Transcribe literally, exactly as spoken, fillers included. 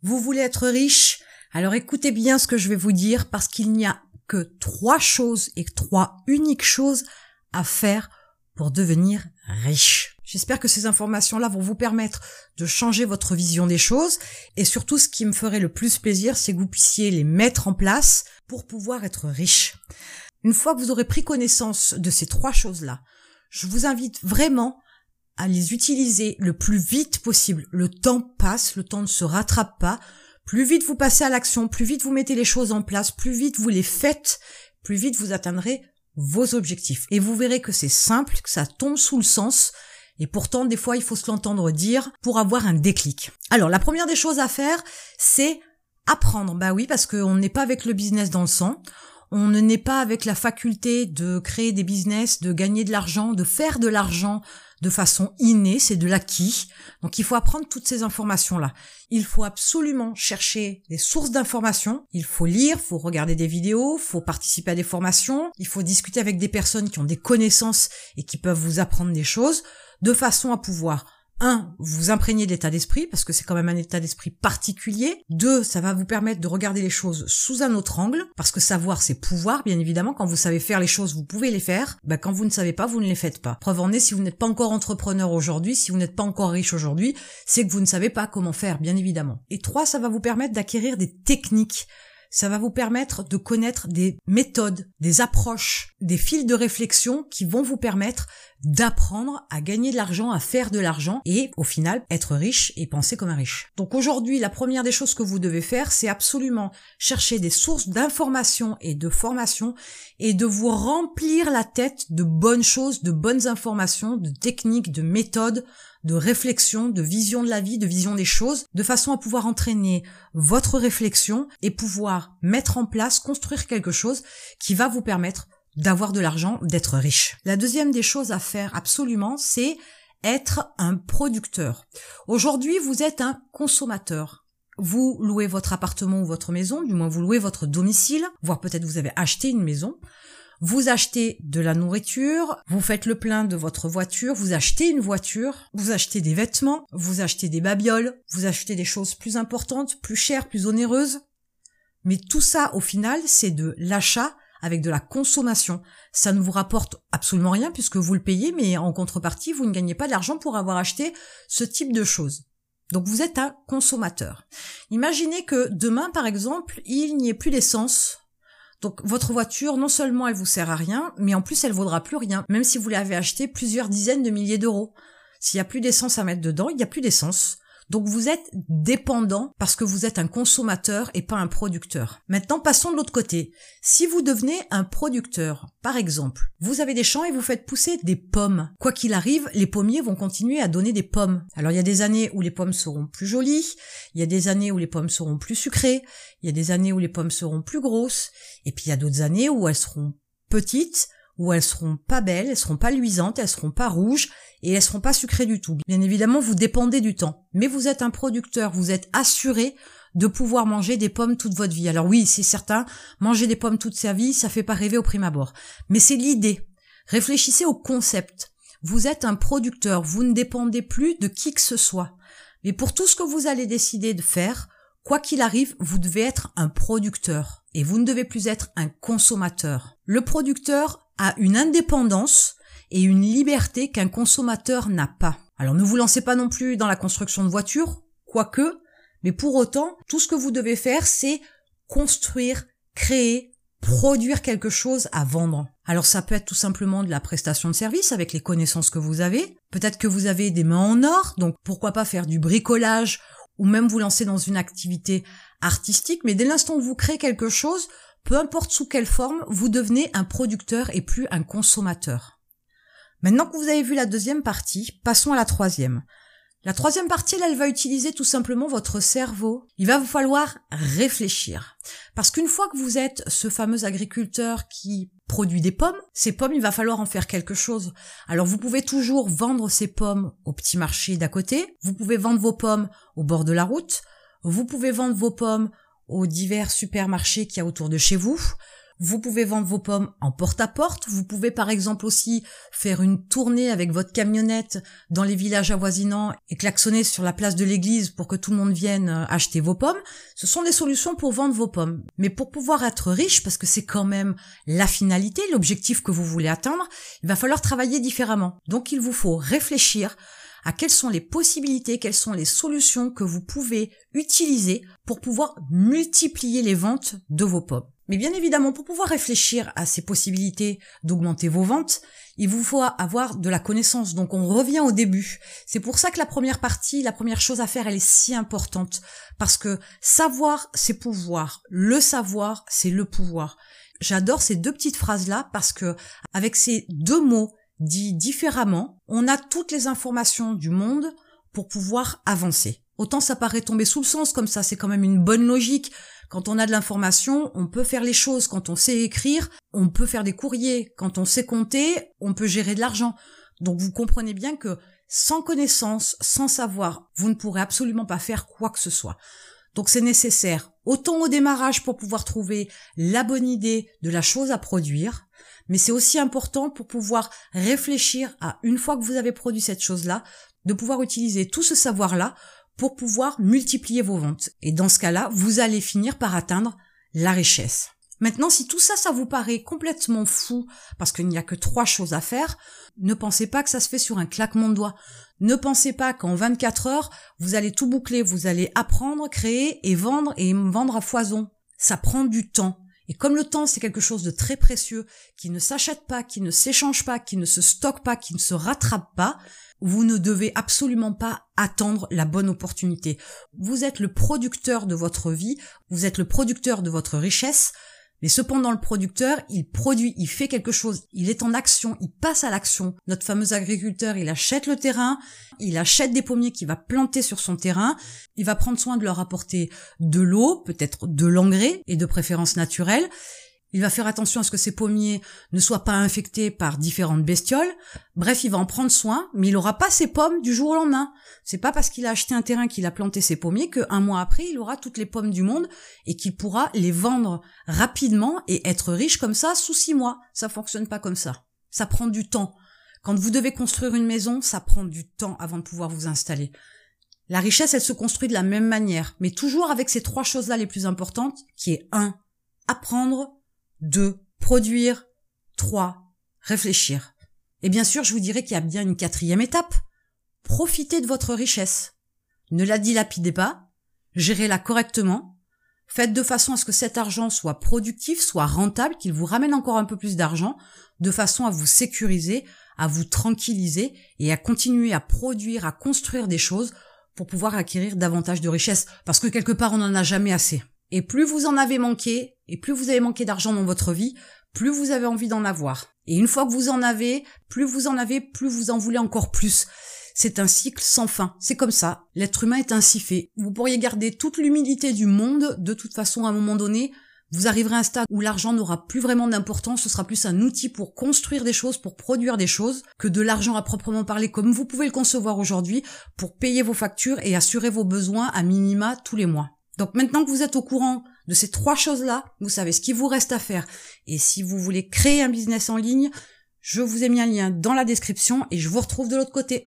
Vous voulez être riche? Alors écoutez bien ce que je vais vous dire parce qu'il n'y a que trois choses et trois uniques choses à faire pour devenir riche. J'espère que ces informations-là vont vous permettre de changer votre vision des choses et surtout ce qui me ferait le plus plaisir, c'est que vous puissiez les mettre en place pour pouvoir être riche. Une fois que vous aurez pris connaissance de ces trois choses-là, je vous invite vraiment à les utiliser le plus vite possible. Le temps passe, le temps ne se rattrape pas. Plus vite vous passez à l'action, plus vite vous mettez les choses en place, plus vite vous les faites, plus vite vous atteindrez vos objectifs. Et vous verrez que c'est simple, que ça tombe sous le sens. Et pourtant, des fois, il faut se l'entendre dire pour avoir un déclic. Alors, la première des choses à faire, c'est apprendre. Bah oui, parce qu'on n'est pas avec le business dans le sang. On ne naît pas avec la faculté de créer des business, de gagner de l'argent, de faire de l'argent de façon innée, c'est de l'acquis. Donc il faut apprendre toutes ces informations-là. Il faut absolument chercher des sources d'informations. Il faut lire, il faut regarder des vidéos, il faut participer à des formations. Il faut discuter avec des personnes qui ont des connaissances et qui peuvent vous apprendre des choses de façon à pouvoir un, vous imprégner de l'état d'esprit, parce que c'est quand même un état d'esprit particulier. Deux, ça va vous permettre de regarder les choses sous un autre angle, parce que savoir, c'est pouvoir, bien évidemment. Quand vous savez faire les choses, vous pouvez les faire. Ben, quand vous ne savez pas, vous ne les faites pas. Preuve en est, si vous n'êtes pas encore entrepreneur aujourd'hui, si vous n'êtes pas encore riche aujourd'hui, c'est que vous ne savez pas comment faire, bien évidemment. Et trois, ça va vous permettre d'acquérir des techniques. Ça va vous permettre de connaître des méthodes, des approches, des fils de réflexion qui vont vous permettre d'apprendre à gagner de l'argent, à faire de l'argent et au final être riche et penser comme un riche. Donc aujourd'hui, la première des choses que vous devez faire, c'est absolument chercher des sources d'informations et de formation et de vous remplir la tête de bonnes choses, de bonnes informations, de techniques, de méthodes, de réflexion, de vision de la vie, de vision des choses, de façon à pouvoir entraîner votre réflexion et pouvoir mettre en place, construire quelque chose qui va vous permettre d'avoir de l'argent, d'être riche. La deuxième des choses à faire absolument, c'est être un producteur. Aujourd'hui, vous êtes un consommateur. Vous louez votre appartement ou votre maison, du moins vous louez votre domicile, voire peut-être vous avez acheté une maison. Vous achetez de la nourriture, vous faites le plein de votre voiture, vous achetez une voiture, vous achetez des vêtements, vous achetez des babioles, vous achetez des choses plus importantes, plus chères, plus onéreuses. Mais tout ça, au final, c'est de l'achat avec de la consommation. Ça ne vous rapporte absolument rien puisque vous le payez, mais en contrepartie, vous ne gagnez pas d'argent pour avoir acheté ce type de choses. Donc vous êtes un consommateur. Imaginez que demain, par exemple, il n'y ait plus d'essence. Donc votre voiture, non seulement elle vous sert à rien, mais en plus elle vaudra plus rien, même si vous l'avez acheté plusieurs dizaines de milliers d'euros. S'il n'y a plus d'essence à mettre dedans, il n'y a plus d'essence. Donc vous êtes dépendant parce que vous êtes un consommateur et pas un producteur. Maintenant, passons de l'autre côté. Si vous devenez un producteur, par exemple, vous avez des champs et vous faites pousser des pommes. Quoi qu'il arrive, les pommiers vont continuer à donner des pommes. Alors il y a des années où les pommes seront plus jolies, il y a des années où les pommes seront plus sucrées, il y a des années où les pommes seront plus grosses, et puis il y a d'autres années où elles seront petites, où elles seront pas belles, elles seront pas luisantes, elles seront pas rouges et elles seront pas sucrées du tout. Bien évidemment, vous dépendez du temps, mais vous êtes un producteur, vous êtes assuré de pouvoir manger des pommes toute votre vie. Alors oui, c'est certain, manger des pommes toute sa vie, ça fait pas rêver au prime abord, mais c'est l'idée. Réfléchissez au concept. Vous êtes un producteur, vous ne dépendez plus de qui que ce soit. Mais pour tout ce que vous allez décider de faire, quoi qu'il arrive, vous devez être un producteur et vous ne devez plus être un consommateur. Le producteur a une indépendance et une liberté qu'un consommateur n'a pas. Alors ne vous lancez pas non plus dans la construction de voitures, quoique, mais pour autant, tout ce que vous devez faire, c'est construire, créer, produire quelque chose à vendre. Alors ça peut être tout simplement de la prestation de service avec les connaissances que vous avez. Peut-être que vous avez des mains en or, donc pourquoi pas faire du bricolage ou même vous lancer dans une activité artistique, mais dès l'instant où vous créez quelque chose, peu importe sous quelle forme, vous devenez un producteur et plus un consommateur. Maintenant que vous avez vu la deuxième partie, passons à la troisième. La troisième partie, là, elle va utiliser tout simplement votre cerveau. Il va vous falloir réfléchir. Parce qu'une fois que vous êtes ce fameux agriculteur qui produit des pommes, ces pommes, il va falloir en faire quelque chose. Alors vous pouvez toujours vendre ces pommes au petit marché d'à côté, vous pouvez vendre vos pommes au bord de la route, vous pouvez vendre vos pommes aux divers supermarchés qu'il y a autour de chez vous, Vous pouvez vendre vos pommes en porte-à-porte. Vous pouvez par exemple aussi faire une tournée avec votre camionnette dans les villages avoisinants et klaxonner sur la place de l'église pour que tout le monde vienne acheter vos pommes. Ce sont des solutions pour vendre vos pommes. Mais pour pouvoir être riche, parce que c'est quand même la finalité, l'objectif que vous voulez atteindre, il va falloir travailler différemment. Donc il vous faut réfléchir à quelles sont les possibilités, quelles sont les solutions que vous pouvez utiliser pour pouvoir multiplier les ventes de vos pommes. Mais bien évidemment, pour pouvoir réfléchir à ces possibilités d'augmenter vos ventes, il vous faut avoir de la connaissance. Donc on revient au début. C'est pour ça que la première partie, la première chose à faire, elle est si importante. Parce que savoir, c'est pouvoir. Le savoir, c'est le pouvoir. J'adore ces deux petites phrases-là parce que avec ces deux mots dits différemment, on a toutes les informations du monde pour pouvoir avancer. Autant ça paraît tomber sous le sens comme ça, c'est quand même une bonne logique. Quand on a de l'information, on peut faire les choses. Quand on sait écrire, on peut faire des courriers. Quand on sait compter, on peut gérer de l'argent. Donc vous comprenez bien que sans connaissance, sans savoir, vous ne pourrez absolument pas faire quoi que ce soit. Donc c'est nécessaire, autant au démarrage pour pouvoir trouver la bonne idée de la chose à produire, mais c'est aussi important pour pouvoir réfléchir à, une fois que vous avez produit cette chose-là, de pouvoir utiliser tout ce savoir-là pour pouvoir multiplier vos ventes. Et dans ce cas-là, vous allez finir par atteindre la richesse. Maintenant, si tout ça, ça vous paraît complètement fou, parce qu'il n'y a que trois choses à faire, ne pensez pas que ça se fait sur un claquement de doigts. Ne pensez pas qu'en vingt-quatre heures, vous allez tout boucler, vous allez apprendre, créer et vendre et vendre à foison. Ça prend du temps. Et comme le temps, c'est quelque chose de très précieux, qui ne s'achète pas, qui ne s'échange pas, qui ne se stocke pas, qui ne se rattrape pas, vous ne devez absolument pas attendre la bonne opportunité. Vous êtes le producteur de votre vie, vous êtes le producteur de votre richesse, mais cependant le producteur, il produit, il fait quelque chose, il est en action, il passe à l'action. Notre fameux agriculteur, il achète le terrain, il achète des pommiers qu'il va planter sur son terrain, il va prendre soin de leur apporter de l'eau, peut-être de l'engrais et de préférence naturelle. Il va faire attention à ce que ces pommiers ne soient pas infectés par différentes bestioles. Bref, il va en prendre soin, mais il n'aura pas ses pommes du jour au lendemain. C'est pas parce qu'il a acheté un terrain qu'il a planté ses pommiers qu'un mois après, il aura toutes les pommes du monde et qu'il pourra les vendre rapidement et être riche comme ça sous six mois. Ça fonctionne pas comme ça. Ça prend du temps. Quand vous devez construire une maison, ça prend du temps avant de pouvoir vous installer. La richesse, elle se construit de la même manière, mais toujours avec ces trois choses-là les plus importantes, qui est un, apprendre, deux, produire, trois, réfléchir. Et bien sûr, je vous dirais qu'il y a bien une quatrième étape. Profitez de votre richesse. Ne la dilapidez pas, gérez-la correctement, faites de façon à ce que cet argent soit productif, soit rentable, qu'il vous ramène encore un peu plus d'argent, de façon à vous sécuriser, à vous tranquilliser et à continuer à produire, à construire des choses pour pouvoir acquérir davantage de richesse. Parce que quelque part, on n'en a jamais assez. Et plus vous en avez manqué, et plus vous avez manqué d'argent dans votre vie, plus vous avez envie d'en avoir. Et une fois que vous en avez, plus vous en avez, plus vous en voulez encore plus. C'est un cycle sans fin. C'est comme ça. L'être humain est ainsi fait. Vous pourriez garder toute l'humilité du monde. De toute façon, à un moment donné, vous arriverez à un stade où l'argent n'aura plus vraiment d'importance. Ce sera plus un outil pour construire des choses, pour produire des choses, que de l'argent à proprement parler, comme vous pouvez le concevoir aujourd'hui, pour payer vos factures et assurer vos besoins à minima tous les mois. Donc maintenant que vous êtes au courant de ces trois choses-là, vous savez ce qu'il vous reste à faire. Et si vous voulez créer un business en ligne, je vous ai mis un lien dans la description et je vous retrouve de l'autre côté.